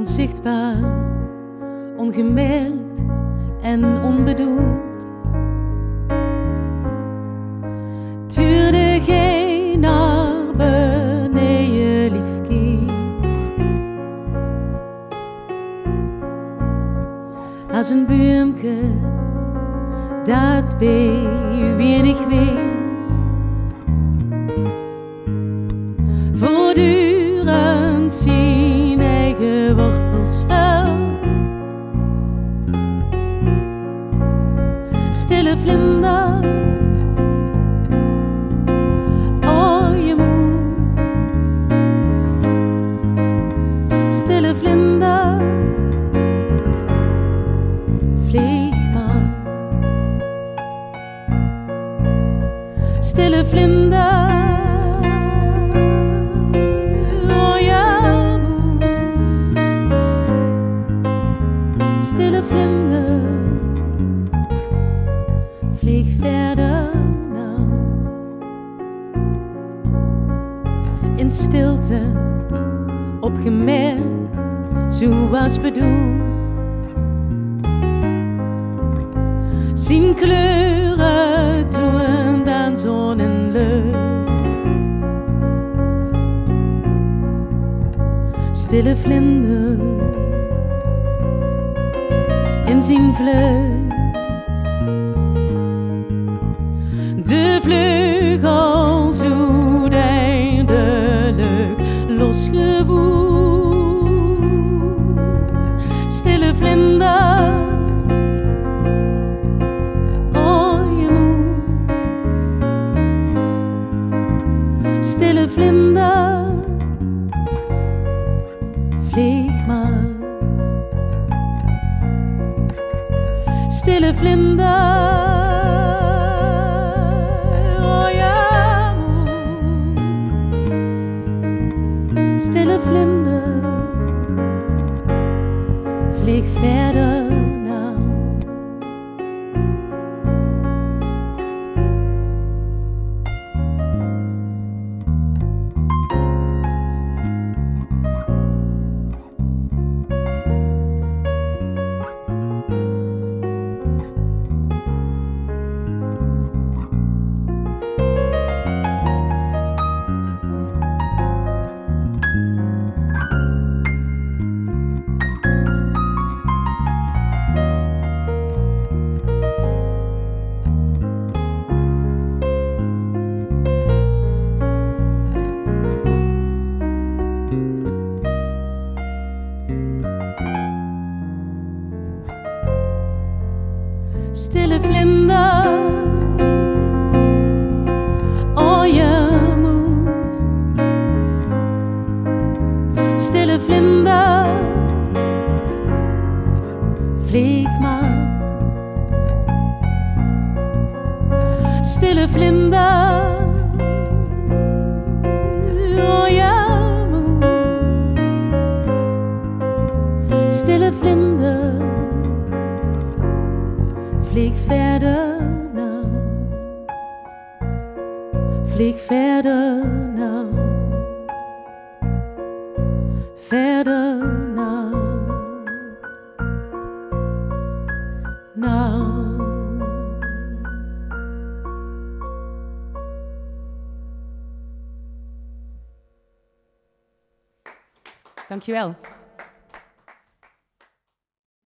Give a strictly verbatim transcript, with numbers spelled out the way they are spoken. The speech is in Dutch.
onzichtbaar, ongemerkt en onbedoeld. Tuurde gij naar beneden, lief kind, als een boomke dat bij weinig weet, voortdurend zijn eigen wortels veld. Stille vlinder, oh je moet. Stille vlinder, vlieg maar. Stille vlinder, oh je moet. Stille vlinder, vlieg verder nou. In stilte, opgemerkt, zoals bedoeld. Zien kleuren toonend aan zon en lucht. Stille vlinder, in zijn vlucht. De vleugels uiteindelijk losgewoeld. Stille vlinder, oh je moet. Stille vlinder, vlieg maar. Stille vlinder, stille vlinder, vlieg verder nou. Stille vlinder, oh je moet. Stille vlinder, vlieg maar. Stille vlinder, oh je moet. Stille vlinder, vlieg verder nou. Vlieg verder nou. Verder nou. Nou. Dankjewel.